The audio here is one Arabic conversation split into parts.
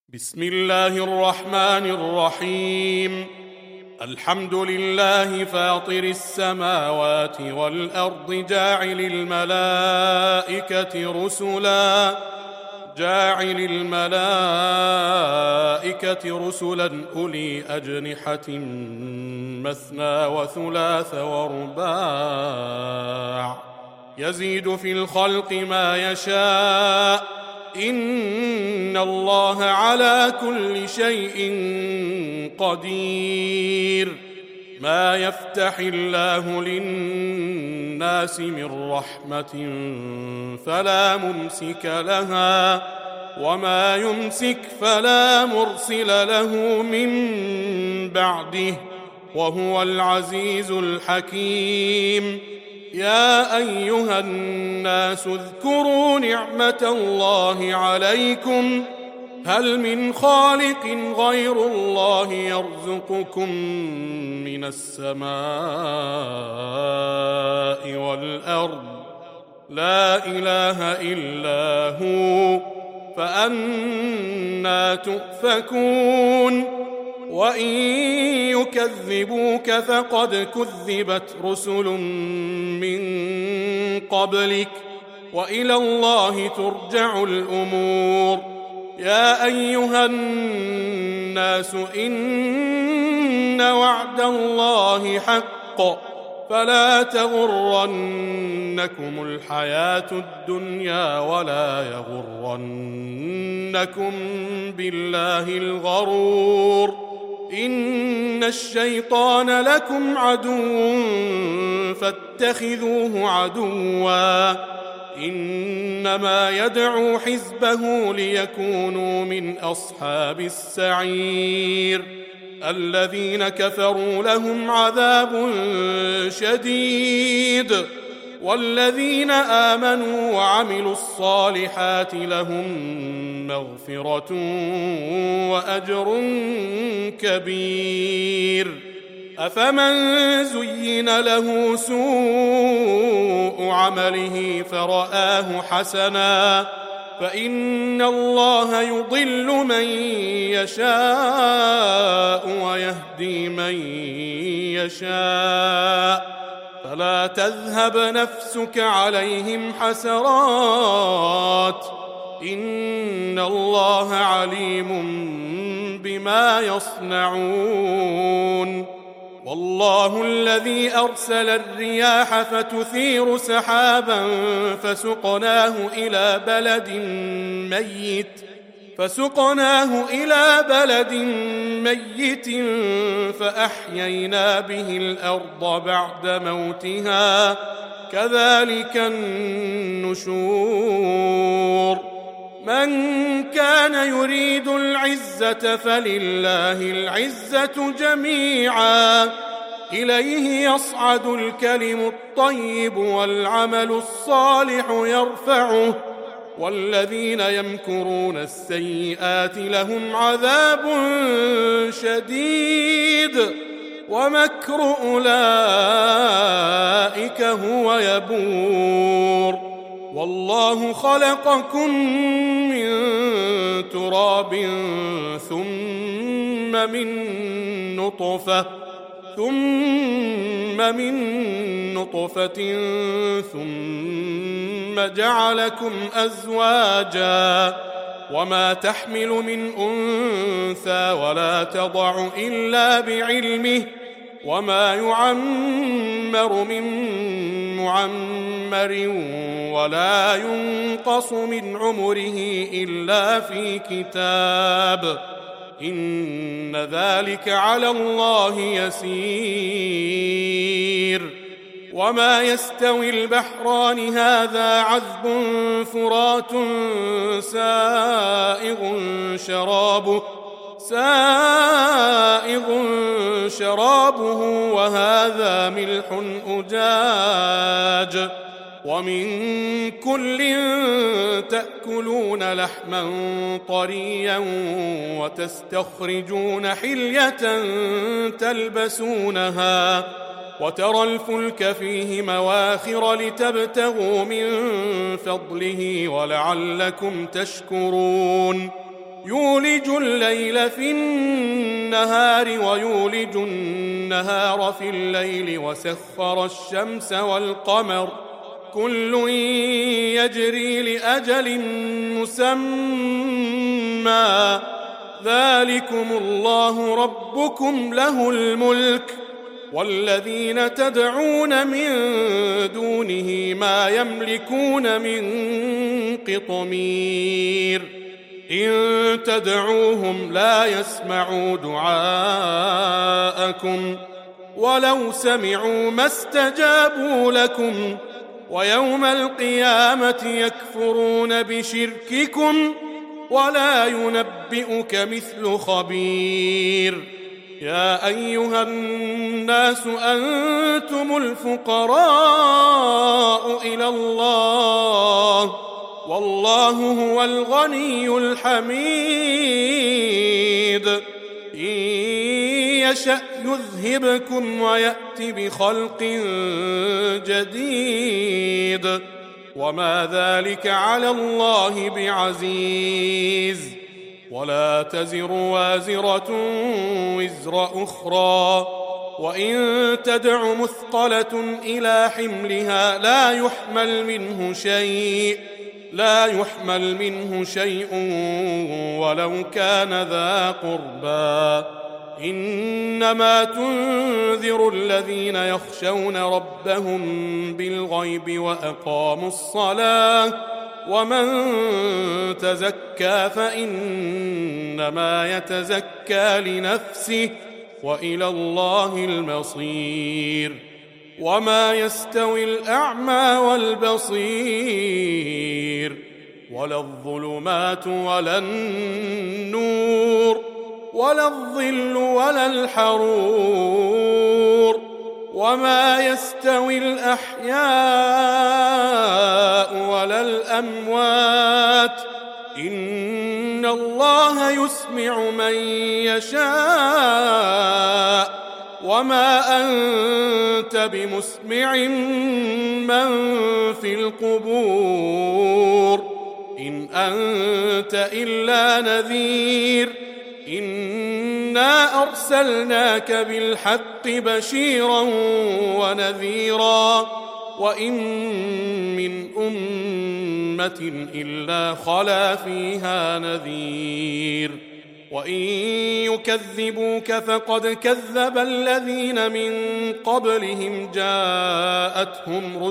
بسم الله الرحمن الرحيم. الحمد لله فاطر السماوات والأرض جاعل الملائكة رسلا أولي أجنحة مثنى وثلاث ورباع يزيد في الخلق ما يشاء إن الله على كل شيء قدير. ما يفتح الله للناس من رحمة فلا ممسك لها وما يمسك فلا مرسل له من بعده وهو العزيز الحكيم. يا أيها الناس اذكروا نعمة الله عليكم هل من خالق غير الله يرزقكم من السماء والأرض لا إله إلا هو فأنى تؤفكون. وإن يكذبوك فقد كذبت رسل من قبلك وإلى الله ترجع الأمور. يا أيها الناس إن وعد الله حق فلا تغرنكم الحياة الدنيا ولا يغرنكم بالله الغرور. إن الشيطان لكم عدو فاتخذوه عدوا إنما يدعو حزبه ليكونوا من أصحاب السعير. الذين كفروا لهم عذاب شديد والذين آمنوا وعملوا الصالحات لهم مغفرة وأجر كبير. أفمن زين له سوء عمله فرآه حسنا فإن الله يضل من يشاء ويهدي من يشاء فلا تذهب نفسك عليهم حسرات إن الله عليم بما يصنعون. والله الذي أرسل الرياح فتثير سحابا فسقناه إلى بلد ميت فأحيينا به الأرض بعد موتها كذلك النشور. من كان يريد العزة فلله العزة جميعا إليه يصعد الكلم الطيب والعمل الصالح يرفعه والذين يمكرون السيئات لهم عذاب شديد ومكر أولئك هو يبور. والله خلقكم من تراب ثم من نطفة ثم جعلكم أزواجا وما تحمل من أنثى ولا تضع إلا بعلمه وما يعمر من معمر ولا ينقص من عمره إلا في كتاب إن ذلك على الله يسير. وما يستوي البحران هذا عذب فرات سائغ شرابه وهذا ملح أجاج ومن كل تأكلون لحما طريا وتستخرجون حلية تلبسونها وترى الفلك فيه مواخر لتبتغوا من فضله ولعلكم تشكرون. يولج الليل في النهار ويولج النهار في الليل وسخر الشمس والقمر كل يجري لأجل مسمى ذلكم الله ربكم له الملك والذين تدعون من دونه ما يملكون من قطمير إن تدعوهم لا يسمعوا دعاءكم ولو سمعوا ما استجابوا لكم ويوم القيامة يكفرون بشرككم ولا ينبئك مثل خبير يا أيها الناس أنتم الفقراء إلى الله والله هو الغني الحميد إن يشأ يذهبكم ويأت بخلق جديد وما ذلك على الله بعزيز ولا تزر وازرة وزر أخرى وإن تدع مثقلة إلى حملها لا يحمل منه شيء ولو كان ذا قربى إنما تنذر الذين يخشون ربهم بالغيب وأقاموا الصلاة ومن تزكى فإنما يتزكى لنفسه وإلى الله المصير وما يستوي الأعمى والبصير ولا الظلمات ولا النور ولا الظل ولا الحرور وما يستوي الأحياء ولا الأموات إن الله يسمع من يشاء وما أنت بمسمع من في القبور إن أنت إلا نذير إنا أرسلناك بالحق بشيرا ونذيرا وإن من أمة إلا خلا فيها نذير وإن يكذبوك فقد كذب الذين من قبلهم جاءتهم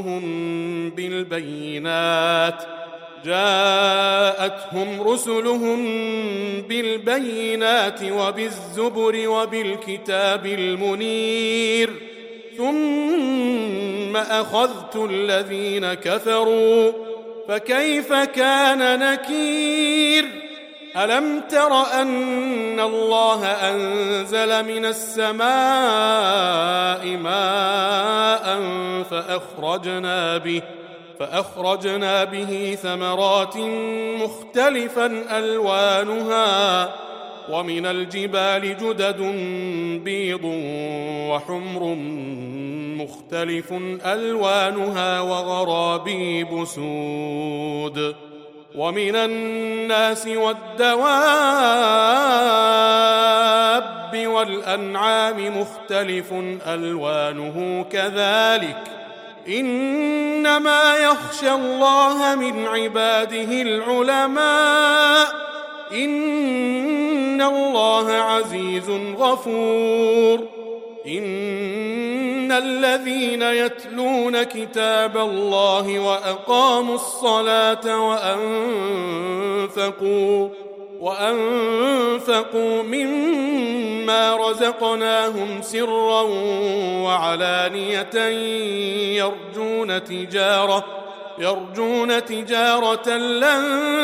رسلهم بالبينات وبالزبر وبالكتاب المنير ثم أخذت الذين كفروا فكيف كان نكير ألم تر أن الله أنزل من السماء ماء فأخرجنا به ثمرات مختلفا ألوانها ومن الجبال جدد بيض وحمر مختلف ألوانها وغرابيب سود ومن الناس والدواب والأنعام مختلف ألوانه كذلك إنما يخشى الله من عباده العلماء إن الله عزيز غفور إن الذين يتلون كتاب الله وأقاموا الصلاة وأنفقوا مما رزقناهم سرا وعلانية يرجون تجارة لن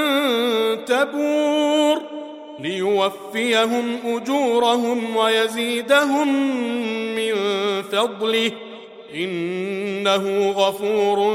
تبور ليوفيهم أجورهم ويزيدهم من فضله إنه غفور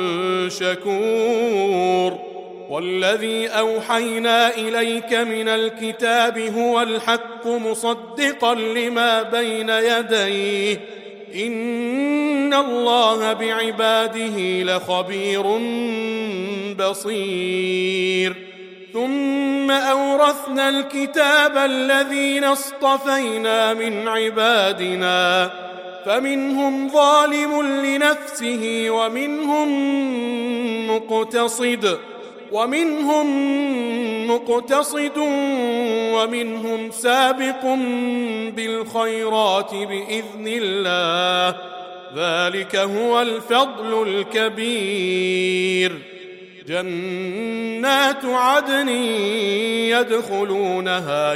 شكور والذي أوحينا إليك من الكتاب هو الحق مصدقا لما بين يديه إن الله بعباده لخبير بصير ثم أورثنا الكتاب الذين اصطفينا من عبادنا فمنهم ظالم لنفسه ومنهم مقتصد ومنهم سابق بالخيرات بإذن الله ذلك هو الفضل الكبير جنات عدن يدخلونها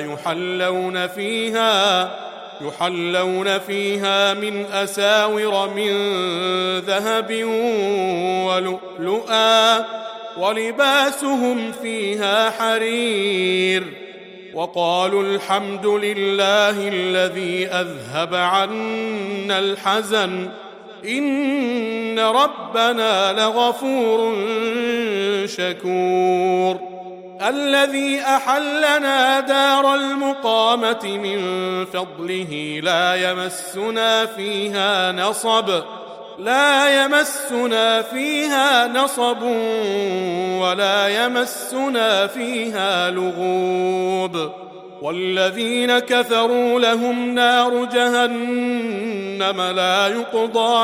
يحلون فيها من أساور من ذهب ولؤلؤا ولباسهم فيها حرير وقالوا الحمد لله الذي أذهب عنا الحزن إن ربنا لغفور شكور الذي أحلنا دار المقامة من فضله لا يمسنا فيها نصب ولا يمسنا فيها لغوب والذين كفروا لهم نار جهنم لا يقضى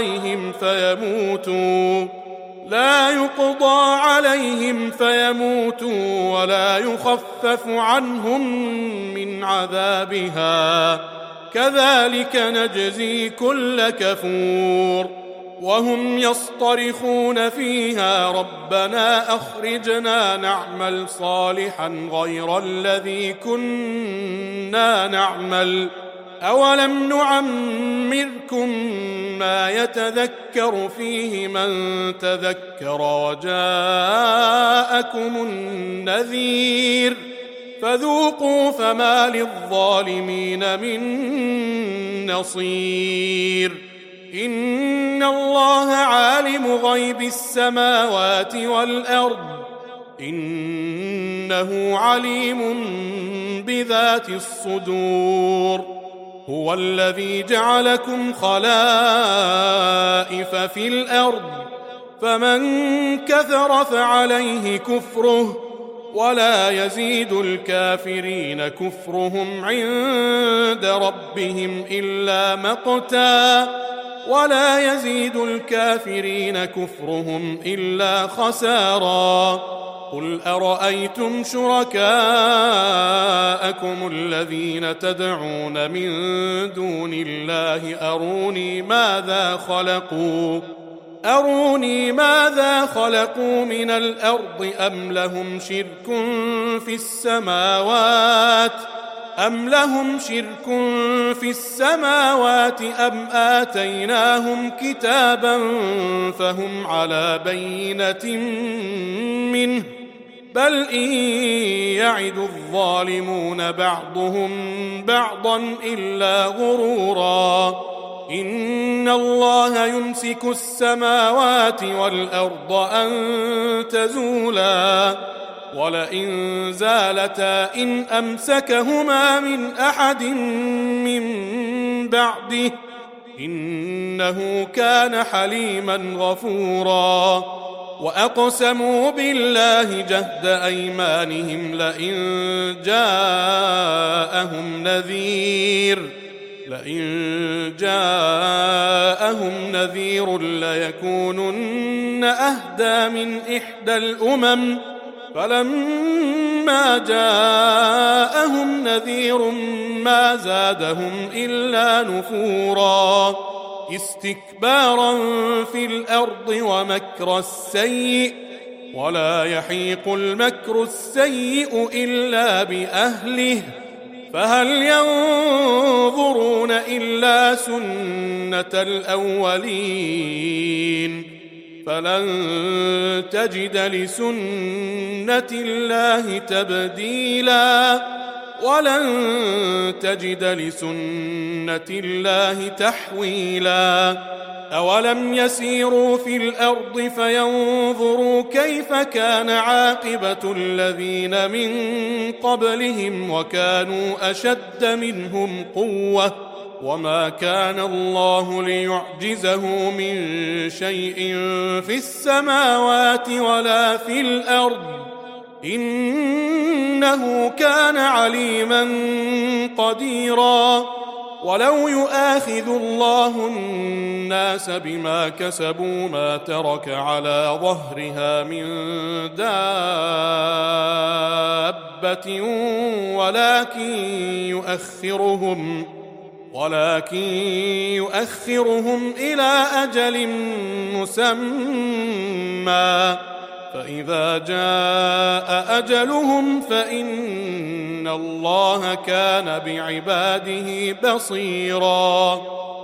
عليهم فيموتوا ولا يخفف عنهم من عذابها كذلك نجزي كل كفور وهم يصطرخون فيها ربنا أخرجنا نعمل صالحا غير الذي كنا نعمل أولم نعمركم ما يتذكر فيه من تذكر وجاءكم النذير فذوقوا فما للظالمين من نصير إن الله عالم غيب السماوات والأرض إنه عليم بذات الصدور هو الذي جعلكم خلائف في الأرض فمن كفر فعليه كفره ولا يزيد الكافرين كفرهم عند ربهم إلا مقتا ولا يزيد الكافرين كفرهم إلا خسارا قل أرأيتم شركاءكم الذين تدعون من دون الله أروني ماذا خلقوا من الأرض أم لهم شرك في السماوات أم آتيناهم كتابا فهم على بينة منه بل إن يعد الظالمون بعضهم بعضا إلا غرورا إن الله يمسك السماوات والأرض أن تزولا ولئن زالتا إن أمسكهما من أحد من بعده إنه كان حليما غفورا وأقسموا بالله جهد أيمانهم لئن جاءهم نذير ليكونن أهدى من إحدى الأمم فلما جاءهم نذير ما زادهم إلا نفورا استكبارا في الأرض ومكر السيء ولا يحيق المكر السيء إلا بأهله فهل ينظرون إلا سنة الأولين فلن تجد لسنة الله تبديلا ولن تجد لسنة الله تحويلا أولم يسيروا في الأرض فينظروا كيف كان عاقبة الذين من قبلهم وكانوا أشد منهم قوة وما كان الله ليعجزه من شيء في السماوات ولا في الأرض إنه كان عليما قديرا. ولو يؤاخذ الله الناس بما كسبوا ما ترك على ظهرها من دابة ولكن يؤخرهم إلى أجل مسمى، فإذا جاء أجلهم فإن الله كان بعباده بصيرا.